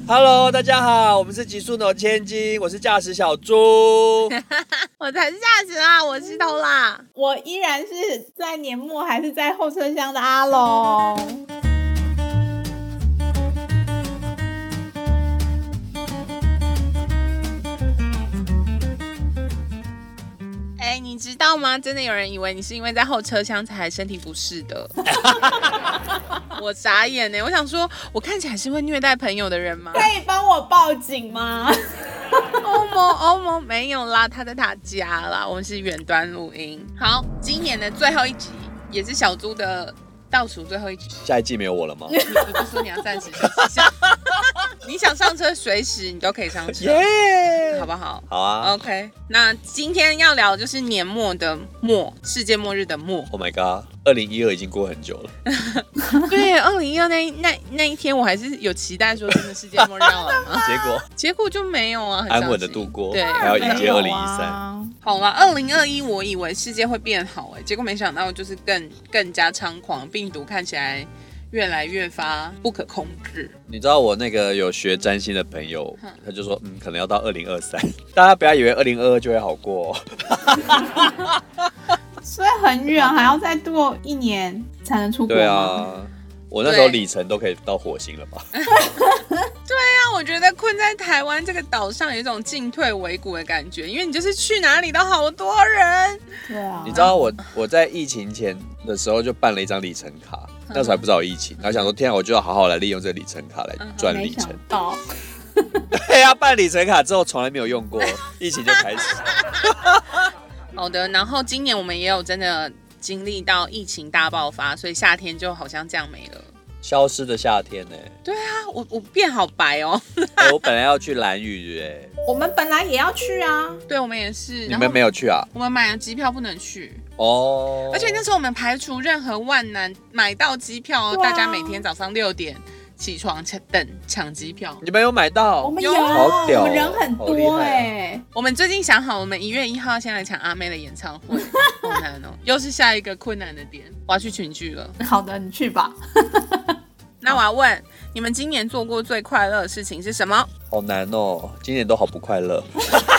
Hello， 大家好，我们是极速脑千金，我是驾驶小猪。 我才是驾驶啦，我是头啦。 我依然是在年末还是在后车厢的阿龙。 你知道吗？真的有人以为你是因为在后车厢才身体不适的。我傻眼呢，我想说，我看起来是会虐待朋友的人吗？ 可以帮我报警吗？ 欧盟没有啦，他在他家啦，我们是远端录音。好，今年的最后一集也是小猪的倒数最后一集。 下一季没有我了吗？ 你不说你要暂时休息一下？你想上车，随时你都可以上车，好不好？ 好啊。 OK， 那今天要聊的就是年末的末，世界末日的末。 Oh my god，2012已经过很久了。 对，2012那一天，我还是有期待说真的世界末日要来吗？ 结果就没有啊，很安稳的度过， 对， 还要迎接2013。 好了，2021我以为世界会变好结果没想到就是更加猖狂，病毒看起来越来越发不可控制。 你知道我那个有学占星的朋友，他就说可能要到2023，大家不要以为2022就会好过所以很远，还要再过1年才能出国吗？ 对啊，我那时候里程都可以到火星了吧？ 对啊，我觉得困在台湾这个岛上有一种进退维谷的感觉，因为你就是去哪里都好多人。 对啊， 你知道我在疫情前的时候就办了一张里程卡，那时候还不知道有疫情，然后想说天啊，我就要好好来利用这个里程卡来赚里程。 没想到对啊，办里程卡之后从来没有用过，疫情就开始。 好的，然后今年我们也有真的经历到疫情大爆发，所以夏天就好像这样没了。 消失的夏天呢？ 对啊，我变好白哦。 我本来要去兰屿我们本来也要去啊。 对，我们也是。 你们没有去啊？ 我们买了机票不能去哦。 而且那时候我们排除任何万难买到机票大家每天早上6点起床等抢机票。 你们有买到？ 我们有， 好屌， 我们人很多我们最近想好，我们1月1号先来抢阿妹的演唱会，好难哦，又是下一个困难的点。我要去群聚了。 好的，你去吧。 那我要问你们，今年做过最快乐的事情是什么？ 好难哦，今年都好不快乐。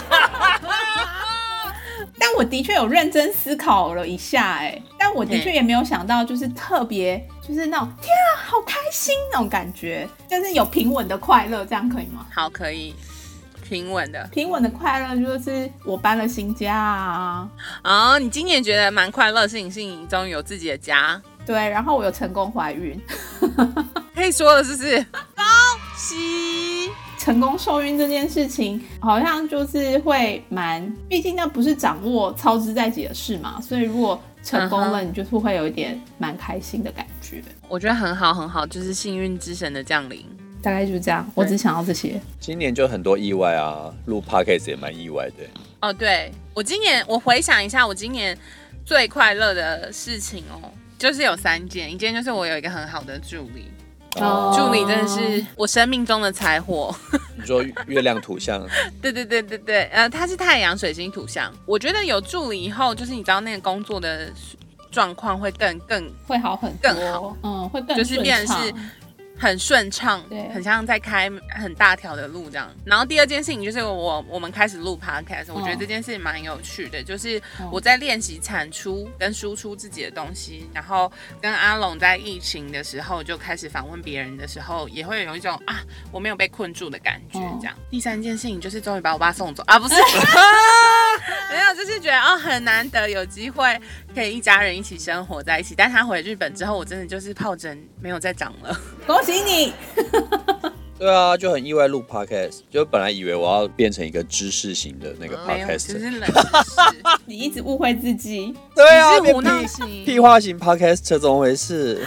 但我的确有认真思考了一下，但我的确也没有想到，就是特别，就是那种天啊，好开心那种感觉，就是有平稳的快乐，这样可以吗？ 好，可以。平稳的快乐就是我搬了新家啊。 哦，你今年觉得蛮快乐的事情是你终于有自己的家。 对，然后我有成功怀孕。 可以说了是不是？恭喜！ 成功受孕这件事情好像就是会毕竟那不是掌握操之在己的事嘛，所以如果成功了，你就是会有一点蛮开心的感觉。 我觉得很好，就是幸运之神的降临。 大概就是这样，我只想要这些。 今年就很多意外啊，录 podcast 也蛮意外的。 哦，对，我回想一下，我今年最快乐的事情就是有3件，一件就是我有一个很好的助理。助理真的是我生命中的财货。 你说月亮土象？ 对，他是太阳水星土象。我觉得有助理以后，就是你知道那个工作的状况会更会好很多， 更好， 会更就是变成是很顺畅，很像在开很大条的路这样。然后第二件事情就是我们开始录 podcast，我觉得这件事情蛮有趣的，就是我在练习产出跟输出自己的东西，然后跟阿龙在疫情的时候就开始访问别人的时候，也会有一种我没有被困住的感觉这样。第3件事情就是终于把我爸送走不是没有，就是觉得很难得有机会可以一家人一起生活在一起。但他回日本之后，我真的就是疱疹没有再长了。 恭喜你！ 对啊，就很意外录 podcast， 就本来以为我要变成一个知识型的那个 podcast， 就是冷知识。 你一直误会自己。 对啊， 你是胡闹型、 屁话型 podcast 怎么回事？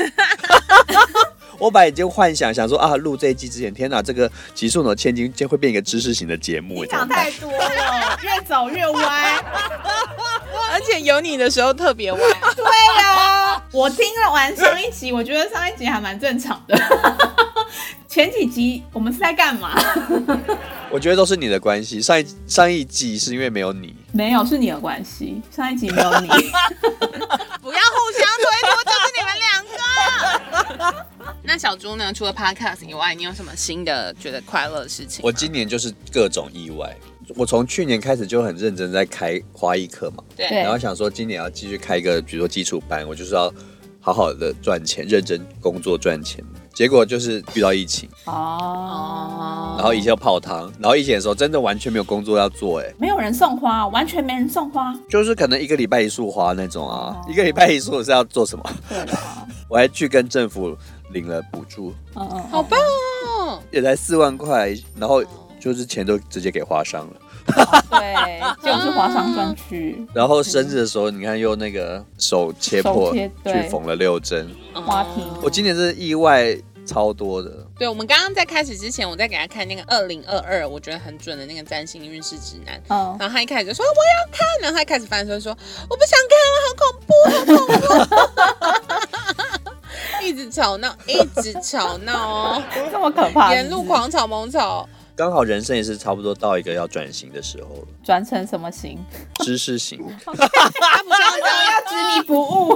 我本来已经幻想说录这一季之前，天哪，这个极速脑千金会变一个知识型的节目。 你想太多了，越走越歪。 而且有你的时候特别歪。 对啊，我听了完上一集，我觉得上一集还蛮正常的。前几集我们是在干嘛？ 我觉得都是你的关系，上一集是因为没有你， 没有是你的关系，上一集没有你。 不要互相推脱，就是你们2个。 那小猪呢？除了 podcast 以外，你有什么新的觉得快乐的事情吗？ 我今年就是各种意外。我从去年开始就很认真在开花艺课嘛， 对， 然后想说今年要继续开一个，比如说基础班，我就是要好好的赚钱，认真工作赚钱。结果就是遇到疫情哦， 然后以前要泡汤，然后疫情的时候真的完全没有工作要做， 没有人送花，完全没人送花， 就是可能1个礼拜1束花那种啊，1个礼拜1束是要做什么？ 对啦， 我还去跟政府领了补助， 好棒哦， 也才4万块，然后就是钱都直接给花商了。 对，就是华商专区。 然后生日的时候，你看又那个手切破，去缝了6针花瓶。 我今年真的意外超多的。 对，我们刚刚在开始之前，我在给他看那个2022，我觉得很准的那个占星运势指南。然后他一开始就说我要看，然后他一开始翻的时候说我不想看了，好恐怖，好恐怖。一直吵闹，一直吵闹哦， 这么可怕， 沿路狂吵猛吵。 刚好人生也是差不多到一个要转型的时候了。 转成什么型？ 知识型。 他不像这样要执迷不悟，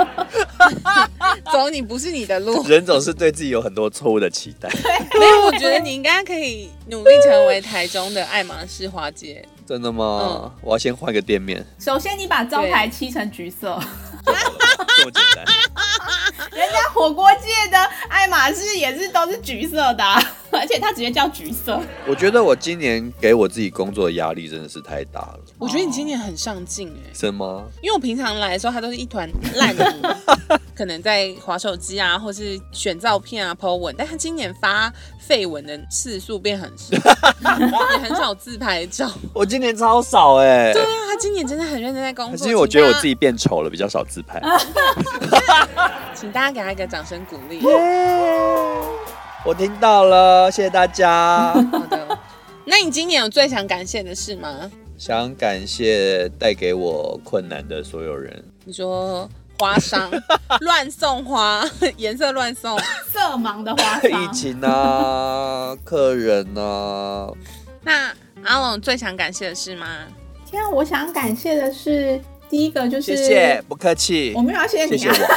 走你不是你的路。 人总是对自己有很多错误的期待。 没有，我觉得你应该可以努力成为台中的爱马仕花街。 真的吗？我要先换个店面。 首先你把招牌漆成橘色。 这么简单。 人家火锅界的爱马仕也是都是橘色的而且它直接叫橘色。 我觉得我今年给我自己工作的压力真的是太大了。 我觉得你今年很上进是吗？ 因为我平常来的时候，它都是一团烂泥，可能在滑手机啊，或是选照片啊、po 文，但他今年发废文的次数变很少，也很少自拍照。 我今年超少对啊，他今年真的很认真在工作。 是因为我觉得我自己变丑了，比较少自拍。 请大家给他一个掌声鼓励。 我听到了，谢谢大家。 好的，那你今年有最想感谢的事吗？ 想感谢带给我困难的所有人。 你说花商乱送花，颜色乱送， 色盲的花商， 疫情啊，客人啊。 那阿龙最想感谢的事吗？ 天啊，我想感谢的是第一个就是谢谢，不客气。 我没有要谢谢你谢谢我。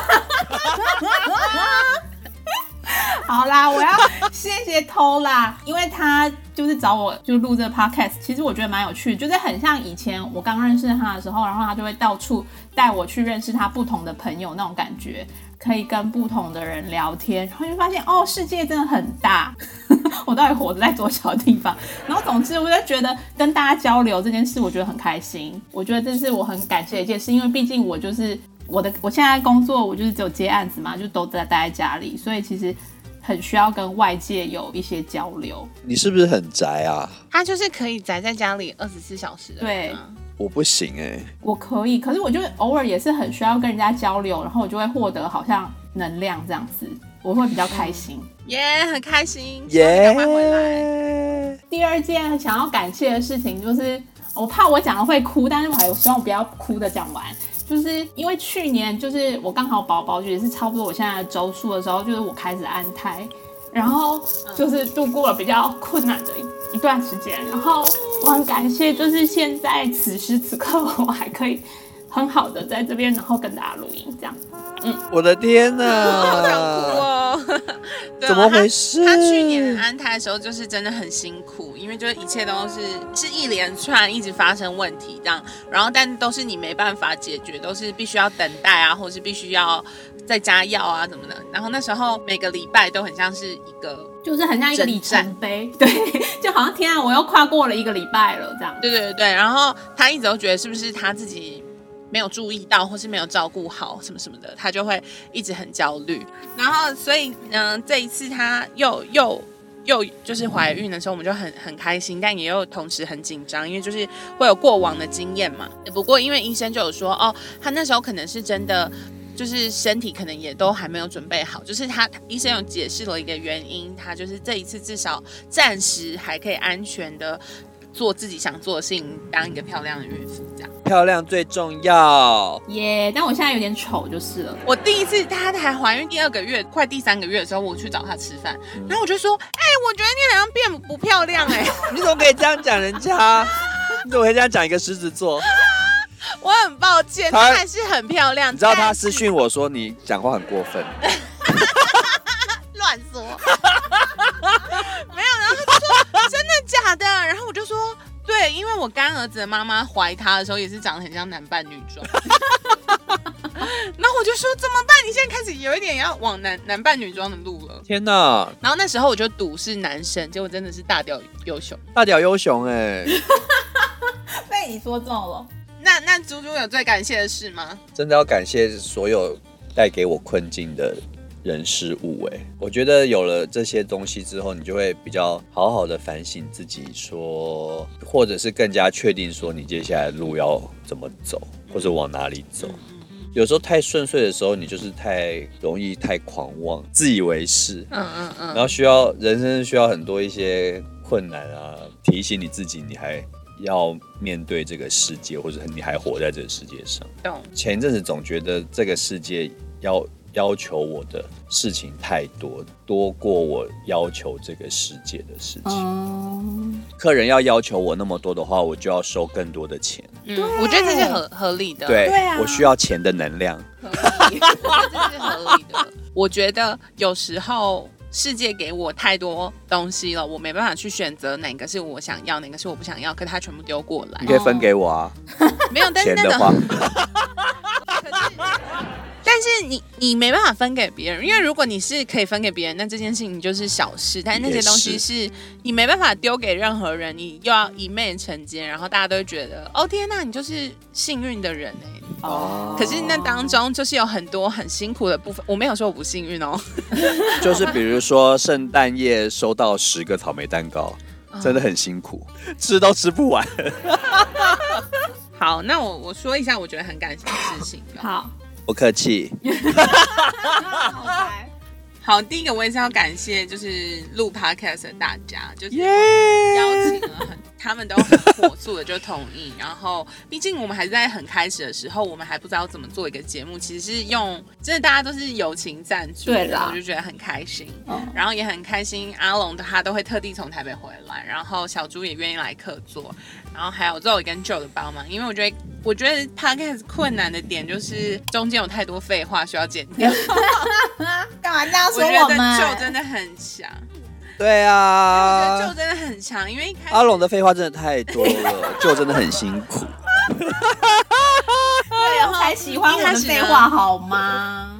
好啦，我要谢谢偷啦，因为他就是找我就录这个 podcast， 其实我觉得蛮有趣的，就是很像以前我刚认识他的时候，然后他就会到处带我去认识他不同的朋友那种感觉，可以跟不同的人聊天，然后就发现哦，世界真的很大，我到底活在多小地方？然后总之我就觉得跟大家交流这件事，我觉得很开心，我觉得这是我很感谢的一件事，因为毕竟我就是我现在工作，我就是只有接案子嘛，就都待在家里，所以其实很需要跟外界有一些交流。 你是不是很宅啊？ 他就是可以宅在家里24小时的人啊。 对， 我不行我可以，可是我就偶尔也是很需要跟人家交流，然后我就会获得好像能量这样子，我会比较开心。 很开心，赶快回来。 第二件想要感谢的事情就是，我怕我讲了会哭，但是我还希望我不要哭的讲完。就是因为去年就是我刚好宝宝也是差不多我现在的周数的时候，就是我开始安胎，然后就是度过了比较困难的一段时间，然后我很感谢，就是现在此时此刻我还可以很好的在这边，然后跟大家录音这样。 我的天哪， 好想哭哦！ 怎么回事？ 他去年安胎的时候就是真的很辛苦，因为就是一切都是一连串一直发生问题这样，然后但都是你没办法解决，都是必须要等待啊，或是必须要再加药啊什么的。然后那时候每个礼拜都很像是一个， 就是很像一个里程碑，对，就好像天啊，我又跨过了1个礼拜了这样。 对，然后他一直都觉得是不是他自己没有注意到，或是没有照顾好什么什么的，他就会一直很焦虑。然后所以这一次他又就是怀孕的时候，我们就很开心，但也有同时很紧张，因为就是会有过往的经验嘛。不过因为医生就有说，他那时候可能是真的就是身体可能也都还没有准备好，就是医生有解释了一个原因，他就是这一次至少暂时还可以安全的做自己想做的事情，当一个漂亮的孕妇这样。 漂亮最重要耶！但我现在有点丑就是了。 我第一次她还怀孕第2个月，快第3个月的时候，我去找她吃饭，然后我就说，我觉得你好像变不漂亮你怎么可以这样讲人家？你怎么可以这样讲一个狮子座？ 我很抱歉，她还是很漂亮。 你知道她私讯我说你讲话很过分。 干儿子的妈妈怀他的时候也是长得很像男扮女装。然后我就说怎么办？你现在开始有一点要往男扮女装的路了。 天哪！ 然后那时候我就赌是男生，结果真的是大屌优雄。 大屌优雄哎！ 被你说中了。 那猪猪有最感谢的事吗？ 真的要感谢所有带给我困境的人事物哎，我觉得有了这些东西之后，你就会比较好好的反省自己说，或者是更加确定说你接下来的路要怎么走，或者往哪里走。有时候太顺遂的时候，你就是太容易太狂妄、自以为是。然后人生需要很多一些困难啊，提醒你自己，你还要面对这个世界，或者你还活在这个世界上。前一阵子总觉得这个世界要求我的事情太多过我要求这个世界的事情。客人要求我那么多的话，我就要收更多的钱。 我觉得这是合理的。 对啊，我需要钱的能量。 合理，这是合理的。我觉得有时候世界给我太多东西了，我没办法去选择哪个是我想要，哪个是我不想要，可是他全部丢过来。 你可以分给我啊。 没有，但是钱的话。 但是你没办法分给别人，因为如果你是可以分给别人，那这件事情就是小事。但是那些东西是你没办法丢给任何人，你又要一昧承接，然后大家都会觉得哦天哪，你就是幸运的人哎。可是那当中就是有很多很辛苦的部分。我没有说我不幸运哦。 就是比如说圣诞夜收到10个草莓蛋糕，真的很辛苦，吃都吃不完。 好，那我说一下我觉得很感谢的事情。 好。 不客气。 好，第一个我也是要感谢，就是录 podcast 的大家，就是邀请了他们都很火速的就同意。然后，毕竟我们还是在很开始的时候，我们还不知道怎么做一个节目，其实是真的大家都是友情赞助，对啦，我就觉得很开心。然后也很开心，阿龙他都会特地从台北回来，然后小猪也愿意来客座，然后还有Zoe跟 Joe 的帮忙，因为我觉得 podcast 困难的点就是中间有太多废话需要剪掉。 干嘛这样说我我们？ 觉得Joe真的很强。 对啊， 我觉得Joe真的很强，因为阿龙的废话真的太多了，Joe真的很辛苦。 对，我才喜欢我的废话好吗？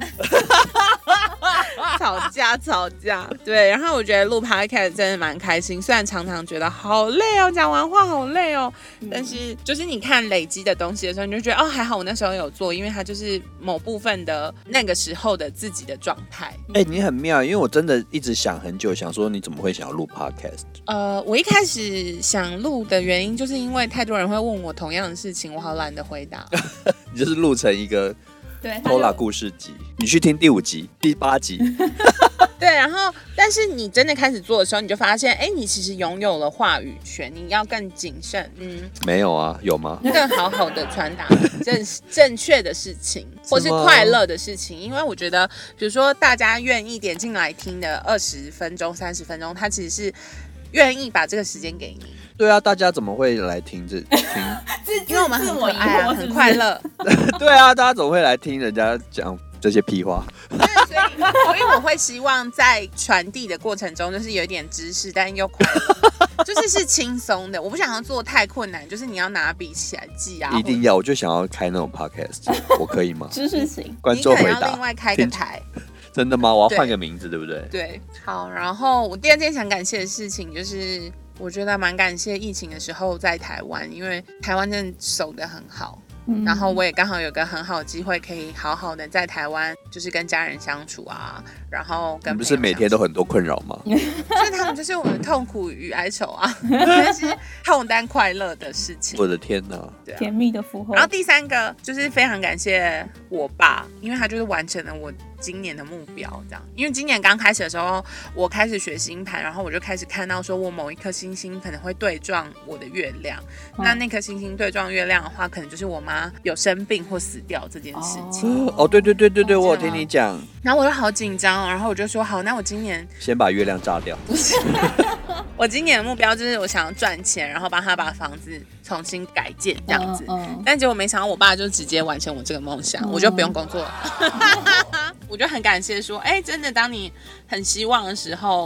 吵架，对。然后我觉得录 podcast 真的蛮开心，虽然常常觉得好累哦，讲完话好累哦，但是就是你看累积的东西的时候，你就觉得哦，还好我那时候有做，因为它就是某部分的那个时候的自己的状态。 你很妙，因为我真的一直想很久，想说你怎么会想要录 podcast？ 我一开始想录的原因，就是因为太多人会问我同样的事情，我好懒得回答。 你就是录成一个Tola 故事集，你去听第5集、第8集。 对，然后但是你真的开始做的时候，你就发现，你其实拥有了话语权，你要更谨慎。 没有啊，有吗？ 更好好的传达正确的事情，或是快乐的事情。因为我觉得，比如说大家愿意点进来听的20分钟、30分钟，他其实是愿意把这个时间给你。 对啊，大家怎么会来听？ 因为我们很可爱啊，很快乐。 对啊，大家怎么会来听人家讲这些屁话？ 所以我会希望在传递的过程中，就是有一点知识，但又快乐，就是轻松的。我不想要做太困难，就是你要拿笔起来记啊。 一定要，我就想要开那种 podcast， 我可以吗？ 知识型， 观众回答。 你可能要另外开个台。 真的吗？我要换个名字，对不对？ 对，好。然后我第二件想感谢的事情就是，我觉得蛮感谢疫情的时候在台湾，因为台湾真的守得很好。然后我也刚好有个很好的机会，可以好好的在台湾，就是跟家人相处啊，然后跟朋友相处。你不是每天都很多困扰吗？ 所以他们就是我的痛苦与哀愁啊，但是痛但快乐的事情。 我的天哪， 对啊，甜蜜的负荷。 然后第3个就是非常感谢我爸，因为他就是完成了我今年的目标，这样。因为今年刚开始的时候，我开始学星盘，然后我就开始看到说我某一颗星星可能会对撞我的月亮，那颗星星对撞月亮的话，可能就是我妈有生病或死掉这件事情。 对，我有听你讲。 然后我就好紧张，然后我就说好，那我今年先把月亮炸掉。 我今年的目标就是我想要赚钱，然后帮他把房子重新改建这样子。但结果没想到我爸就直接完成我这个梦想，我就不用工作了。我就很感谢说，真的当你很希望的时候，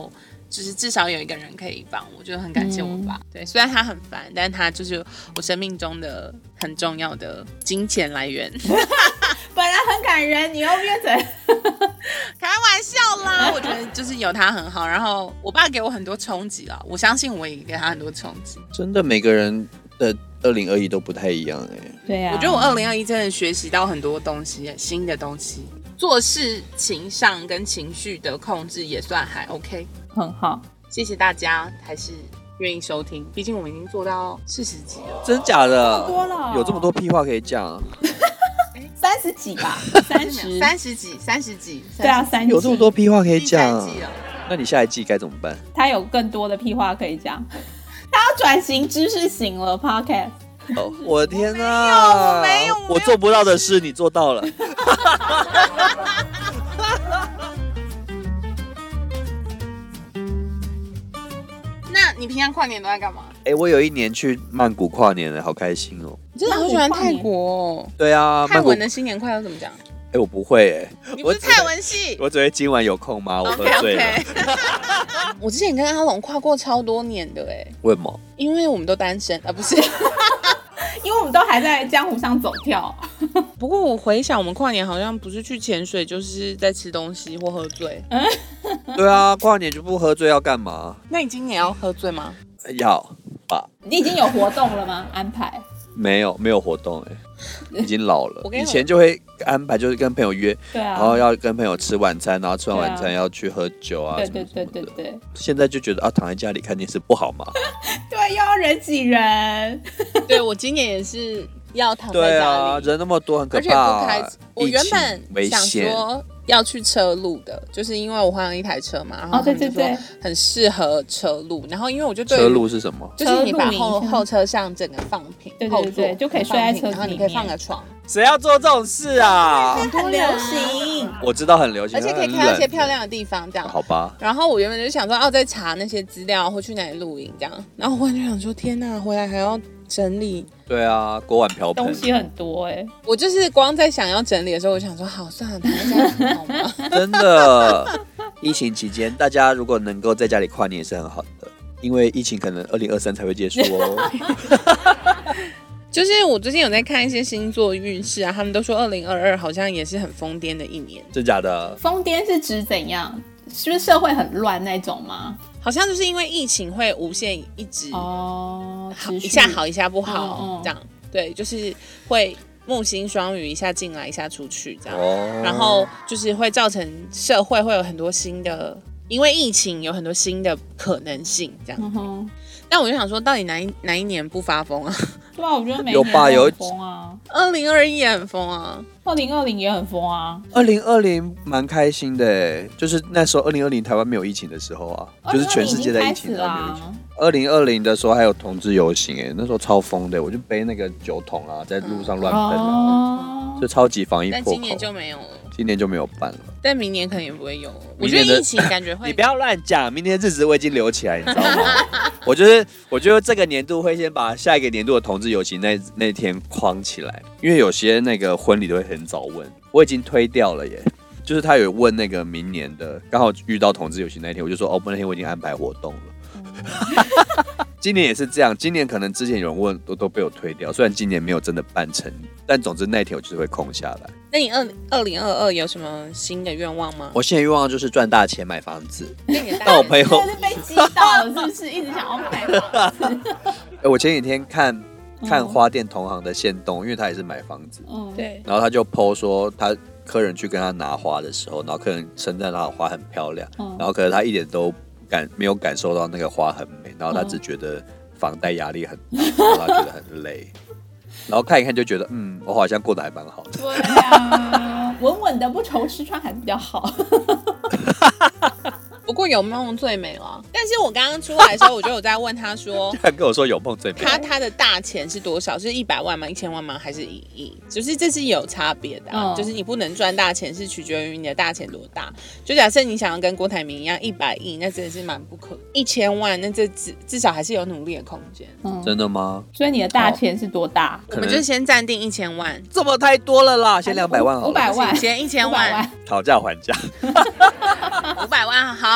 就是至少有一个人可以帮我，就很感谢我爸。对，虽然他很烦，但他就是我生命中的很重要的金钱来源。 本来很感人，你又变成开玩笑啦。我觉得就是有他很好，然后我爸给我很多冲击啦，我相信我也给他很多冲击。 真的每个人的2021都不太一样对啊， 我觉得我2021真的学习到很多东西，新的东西，做事情上跟情绪的控制也算还 OK， 很好。 谢谢大家，还是愿意收听，毕竟我们已经做到40集了。 真假的？ 多了， 有这么多屁话可以讲 30几吧 ，30几， 对啊，30几， 有这么多屁话可以讲第3季了。 那你下一季该怎么办？ 他有更多的屁话可以讲，他要转型知识型了 podcast。 哦，我的天啊！ 我没有， 我做不到的事你做到了。 那你平常跨年都在干嘛？ 我有一年去曼谷跨年了，好开心哦！ 你真的好喜欢泰国哦。 对啊， 泰文的新年快乐怎么讲？ 我不会你不是泰文系？ 我只会今晚有空吗？我喝醉了。 我之前跟阿龙跨过超多年的为什么？ 因为我们都单身啊，不是？ 因为我们都还在江湖上走跳。 不过我回想，我们跨年好像不是去潜水，就是在吃东西或喝醉。 对啊，跨年就不喝醉要干嘛？ 那你今年要喝醉吗？ 要吧。 你已经有活动了吗？安排？ 没有活动已经老了。 我跟你以前就会安排，就是跟朋友约， 对啊， 然后要跟朋友吃晚餐，然后吃完晚餐要去喝酒啊。 对。 现在就觉得躺在家里看电视不好吗？ 对，又要人挤人。 对，我今年也是要躺在家里。 对啊，人那么多，很可怕。 而且不开，我原本想说要去车路的，就是因为我换了一台车嘛，然后他们就说很适合车路，然后因为我就对车路是什么？ 就是你把后车厢整个放平， 对，就可以睡在车子里面， 然后你可以放个床。 谁要做这种事啊？ 很流行， 我知道很流行， 而且可以看到一些漂亮的地方，这样好吧。 然后我原本就想说，在查那些资料或去哪里露营这样，然后我忽然就想说，天哪，回来还要整理。 对啊，锅碗瓢盆东西很多我就是光在想要整理的时候，我想说，好算了，躺在家里好吗？ 真的，疫情期间大家如果能够在家里跨年也是很好的，因为疫情可能2023才会结束哦。 就是我最近有在看一些星座运势啊，他们都说2022好像也是很疯癫的一年。 真假的？ 疯癫是指怎样？是不是社会很乱那种吗？ 好像就是因为疫情会无限一直好一下好一下不好这样。对，就是会木星双鱼一下进来一下出去这样。然后就是会造成社会会有很多新的，因为疫情有很多新的可能性这样。但我就想说，到底哪一年不发疯啊？ 对啊，我觉得每一年都很疯啊。 2021也很疯啊 ，2020也很疯啊。 2020蛮开心的就是那时候2020台湾没有疫情的时候啊，就是全世界在疫情都没有疫情。2020的时候还有同志游行那时候超疯的，我就背那个酒桶在路上乱喷就超级防疫破口。 但今年就没有了。 今年就没有办了， 但明年可能也不会有。我觉得疫情感觉会， 你不要乱讲，明年的日子我已经留起来，你知道吗？我觉得这个年度会先把下一个年度的同志游行那天框起来，因为有些那个婚礼都会很早问，我已经推掉了耶。就是他有问那个明年的，刚好遇到同志游行那天，我就说那天我已经安排活动了。今年也是这样，今年可能之前有人问都被我推掉，虽然今年没有真的办成，但总之那天我就是会空下来。 那你2022有什么新的愿望吗？ 我新的愿望就是赚大钱买房子。 但我朋友真的是被激到了，是不是？一直想要买房子。 我前几天看花店同行的限动，因为他也是买房子， 对， 然后他就 po 说他客人去跟他拿花的时候，然后客人称赞他的花很漂亮，然后可是他一点都没有感受到那个花很美，然后他只觉得房贷压力很大，然后他觉得很累，然后看一看就觉得我好像过得还蛮好的。 对啊，稳稳的不愁吃穿还是比较好。 不过有梦最美了。但是我刚刚出来的时候，我就有在问他说， 他跟我说有梦最美。 他的大钱是多少？是100万吗？1000万吗？还是1亿？就是这是有差别的就是你不能赚大钱，是取决于你的大钱多大。就假设你想要跟郭台铭一样100亿，那真的是蛮不可能。1000万，那这至少还是有努力的空间。 真的吗？ 所以你的大钱是多大？ 我们就先暂定1000万。 这么太多了啦，先200万好了。 500万， 先1000万， 讨价还价。 500万，好。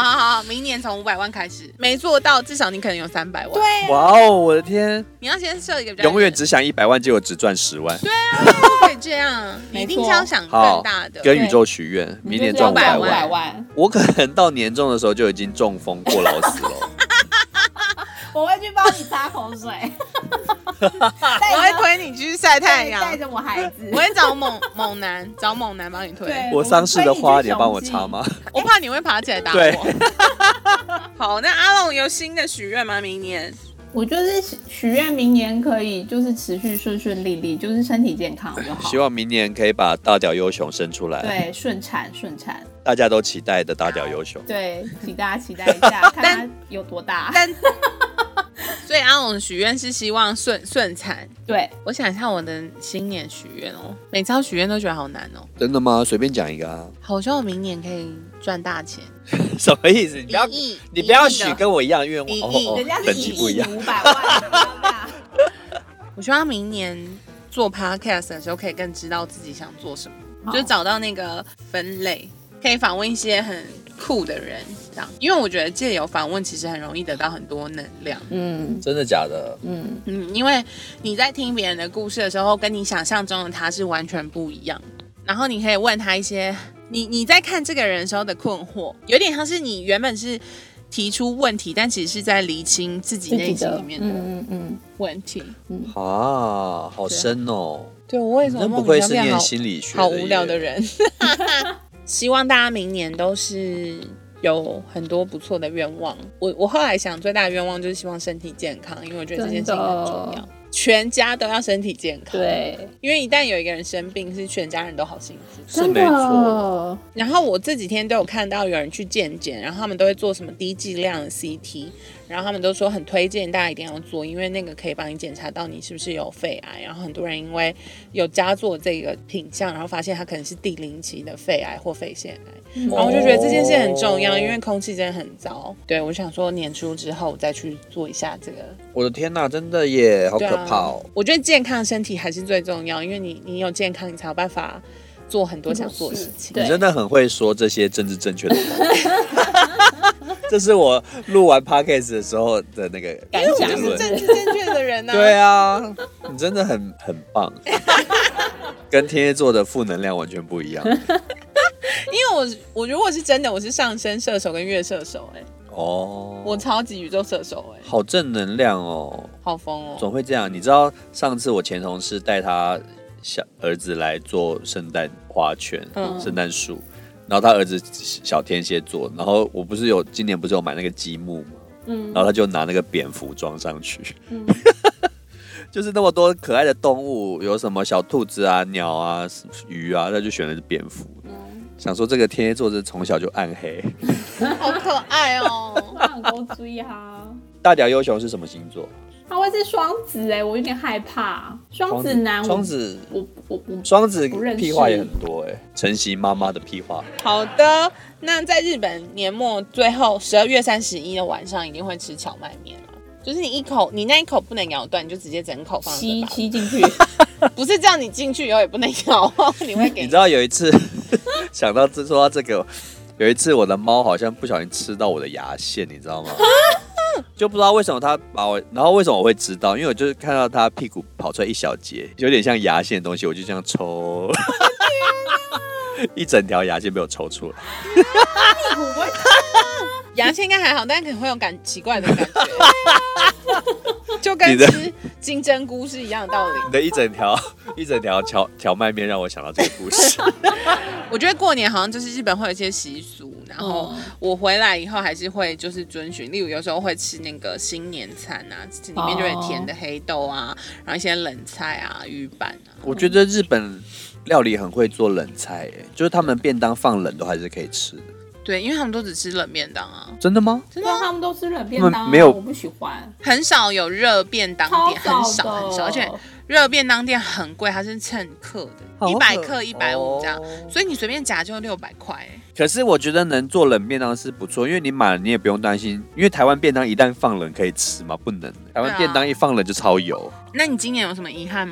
好，明年从500万开始，没做到至少你可能有300万。 对、啊， 哇哦，我的天！ 你要先设一个比较永远只想100万，结果只赚10万。 对啊，不可以这样，你一定是要想更大的。 跟宇宙许愿，明年赚500万。我可能到年终的时候就已经中风过劳死了。 我会去帮你擦口水， 我会推你去晒太阳， 带着我孩子， 我会找猛男帮你推。 我丧事的花，你帮我擦吗？ 我怕你会爬起来打我。好，那阿龙有新的许愿吗？明年？ 我就是许愿明年可以就是持续顺利利，就是身体健康就好。 希望明年可以把大屌优雄生出来。 对，顺产。 大家都期待的大屌优雄。 对，请大家期待一下，看它有多大。 所以阿龙许愿是希望顺产。 对， 我想一下我的新年许愿哦，每次要许愿都觉得好难哦。 真的吗？随便讲一个啊。 好，我希望我明年可以赚大钱。 什么意思？你不要许跟我一样的愿望。人家是等级不一样。 500万。 我希望明年做 podcast 的时候可以更知道自己想做什么，就是找到那个分类，可以访问一些很酷的人，这样。因为我觉得借由访问其实很容易得到很多能量。 真的假的？ 因为你在听别人的故事的时候，跟你想象中的他是完全不一样。然后你可以问他一些你在看这个人的时候的困惑，有点像是你原本是提出问题，但其实是在厘清自己内心里面的问题。 好深哦。 对，我为什么不愧是念心理学的， 好无聊的人。希望大家明年都是有很多不错的愿望。我后来想，最大的愿望就是希望身体健康，因为我觉得这件事情很重要。全家都要身体健康， 对， 因为一旦有一个人生病，是全家人都好幸福， 是没错。 然后我这几天都有看到有人去健检，然后他们都会做什么低剂量的 CT， 然后他们都说很推荐大家一定要做，因为那个可以帮你检查到你是不是有肺癌。然后很多人因为有加做这个品项，然后发现他可能是第0期的肺癌或肺腺癌，然后我就觉得这件事很重要，因为空气真的很糟。对，我想说年初之后再去做一下这个。 我的天哪，真的耶，好可怕哦！ 我觉得健康身体还是最重要，因为你有健康，你才有办法做很多想做的事情。 你真的很会说这些政治正确的话。这是我录完 podcast 的时候的那个感想，因为我是政治正确的人啊。 对啊，你真的很棒，跟天蝎座的负能量完全不一样。因为我如果是真的，我是上升射手跟月射手我超级宇宙射手好正能量哦， 好疯哦， 总会这样。你知道上次我前同事带他小儿子来做圣诞花圈、圣诞树，然后他儿子小天蝎座，然后我不是今年不是有买那个积木吗？然后他就拿那个蝙蝠装上去，就是那么多可爱的动物，有什么小兔子啊、鸟啊、鱼啊，他就选的是蝙蝠。想说这个天蝎座是从小就暗黑， 好可爱哦， 他很够追哈。 大屌优雄是什么星座？ 他会是双子我有点害怕。双子男， 双子， 双子屁话也很多承袭妈妈的屁话。 好的，那在日本年末最后12月31的晚上一定会吃荞麦面就是你那一口不能咬断，你就直接整口放吸进去。 不是这样，你进去以后也不能咬，你会给。 你知道有一次想到说到这个，有一次我的猫好像不小心吃到我的牙线，你知道吗？就不知道为什么它把我，然后为什么我会知道？因为我就是看到它屁股跑出来一小节，有点像牙线的东西，我就这样抽，一整条牙线被我抽出来。 屁股不会牙线应该还好，但可能会有奇怪的感觉。就跟吃金针菇是一样的道理。 你的一整条荞麦面让我想到这个故事。 我觉得过年好像就是日本会有一些习俗，然后我回来以后还是会就是遵循，例如有时候会吃那个新年餐里面就会甜的黑豆然后一些冷菜鱼板我觉得日本料理很会做冷菜就是他们便当放冷都还是可以吃的。 对，因为他们都只吃冷便当真的吗？ 真的，他们都吃冷便当没有， 我不喜欢。 很少有热便当店，很少，而且热便当店很贵，它是称克的，100克150这样，所以你随便夹就600块可是我觉得能做冷便当是不错，因为你买了你也不用担心，因为台湾便当一旦放冷可以吃吗？不能，台湾便当一放冷就超油。 那你今年有什么遗憾吗？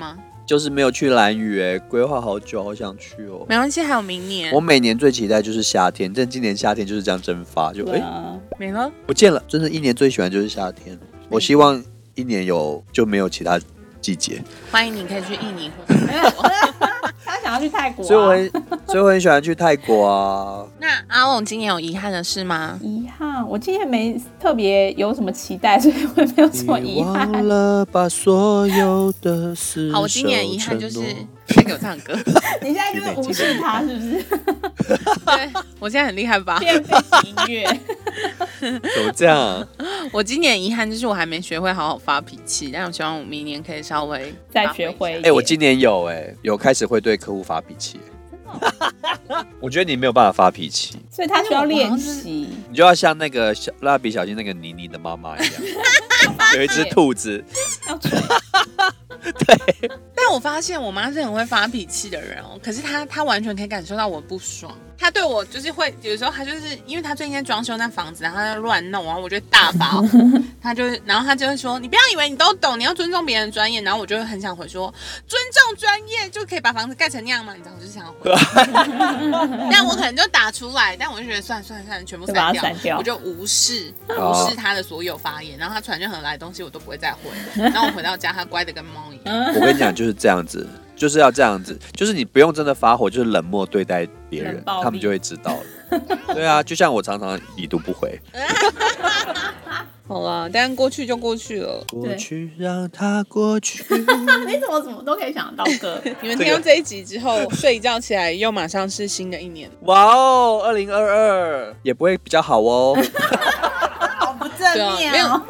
就是没有去兰屿规划好久，好想去哦。 没关系，还有明年。 我每年最期待就是夏天，但今年夏天就是这样蒸发，就没了， 不见了。真的，一年最喜欢就是夏天。我希望一年就没有其他季节。 欢迎你可以去印尼或者泰国。 他想要去泰国、啊， 所以我很喜欢去泰国啊。 那阿龙今年有遗憾的事吗？ 遗憾，我今年没特别有什么期待，所以我没有什么遗憾。 忘了把所有的事。 好，我今年遗憾就是先给我唱歌。 你现在就是无视他，是不是？ 对，我现在很厉害吧？ 变背景音乐。 怎么这样啊？ 我今年遗憾就是我还没学会好好发脾气，但我希望我明年可以稍微再学会。 我今年有开始会对客户发脾气。我觉得你没有办法发脾气， 所以他需要练习。 你就要像那个蜡笔小新那个妮妮的妈妈一样，有一只兔子。 要吹。 对。 但我发现我妈是很会发脾气的人哦，可是她完全可以感受到我不爽。她对我就是会有时候她就是因为她最近在装修那房子，然后她在乱弄，然后我就大发火。然后她就会说：“你不要以为你都懂，你要尊重别人的专业。”然后我就会很想回说：“尊重专业就可以把房子盖成那样吗？”你知道，我就是想要回。但我可能就打出来，但我就觉得算了，全部删掉，我就无视她的所有发言。然后她传任何来的东西我都不会再回。然后我回到家，她乖的跟猫一样。 我跟你讲，就是这样子。就是要这样子，就是你不用真的发火，就是冷漠对待别人，他们就会知道了。对啊，就像我常常已读不回。 好了，但过去就过去了。 过去让它过去。 你怎么都可以想到歌？ 你们听到这一集之后，睡一觉起来又马上是新的一年。 哇哦，2022也不会比较好哦。 好不正面哦。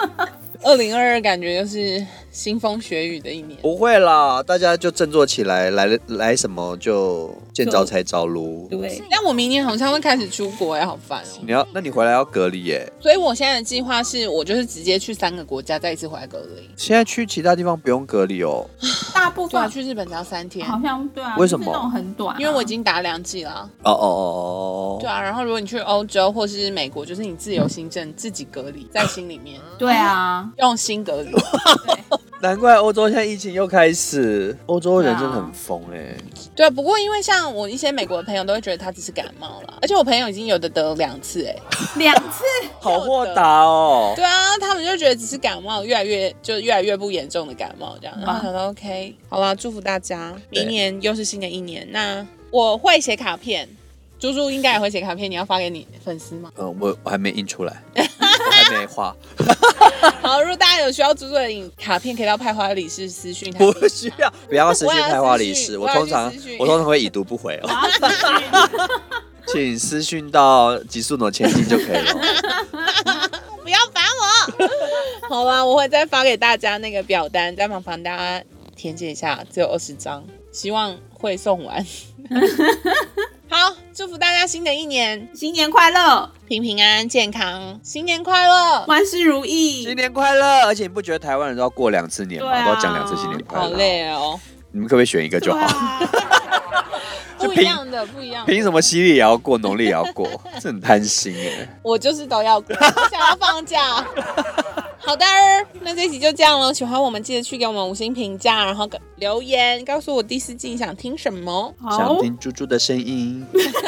2022感觉就是腥风血雨的一年。 不会啦，大家就振作起来，来什么就见招拆招撸。 对， 但我明年好像会开始出国好烦哦。那你回来要隔离耶。 所以我现在的计划是我就是直接去3个国家，再一次回来隔离。 现在去其他地方不用隔离哦。 大部分去日本只要3天。 好像对啊。 为什么？ 就是那种很短。 因为我已经打2剂了。 哦。 对啊，然后如果你去欧洲或是美国，就是你自由行政自己隔离在心里面。 对啊。 用心隔离。 难怪欧洲现在疫情又开始，欧洲人真的很疯对啊，不过因为像我一些美国的朋友都会觉得他只是感冒啦，而且我朋友已经有的得了2次 2次， 好豁达哦。 对啊，他们就觉得只是感冒，越来越不严重的感冒这样。然后想说 OK， 好啦，祝福大家，明年又是新的一年。那我会写卡片。猪猪应该也会写卡片，你要发给你粉丝吗？ 我还没印出来，我还没画。 好，如果大家有需要猪猪的卡片，可以到派花理事私讯他。 不需要，不要私讯派花理事，我通常会已读不回哦。请私讯到极速诺千金就可以了。 不要烦我。好吧，我会再发给大家那个表单，再麻烦大家填写一下，只有20张，希望会送完。好，祝福大家新的一年， 新年快乐， 平平安安健康，新年快乐， 万事如意， 新年快乐！而且你不觉得台湾人都要过2次年吗？都要讲2次新年快乐， 好累哦。 你们可不可以选一个就好？ 不一样的， 凭什么西历也要过，农历也要过？这很贪心我就是都要过，想要放假。好的，那这一集就这样了。喜欢我们记得去给我们5星评价，然后留言告诉我第4季想听什么。 想听猪猪的声音。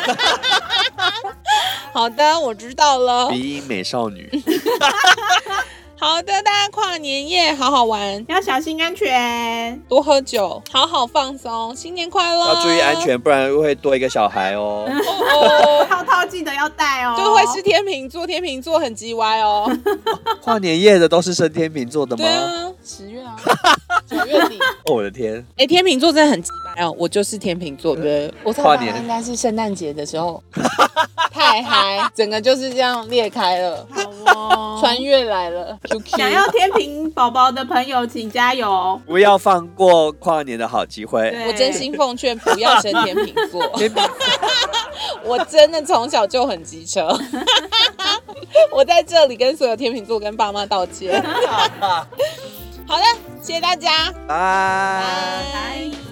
好的，我知道了。 鼻音美少女。 好的，大家跨年夜好好玩， 要小心安全， 多喝酒，好好放松，新年快乐！ 要注意安全，不然会多一个小孩哦。 套套记得要戴哦。 就会是天秤座，天秤座很鸡歪哦。 跨年夜的都是生天秤座的吗？ 对啊，10月啊，9月底。 哦，我的天！ 天秤座真的很鸡歪哦，我就是天秤座，对，我跨年应该是圣诞节的时候，太嗨，整个就是这样裂开了，穿越来了。 想要天秤宝宝的朋友，请加油！ 不要放过跨年的好机会。 我真心奉劝，不要生天秤座。我真的从小就很机车。我在这里跟所有天秤座跟爸妈道歉。好的，谢谢大家， 拜。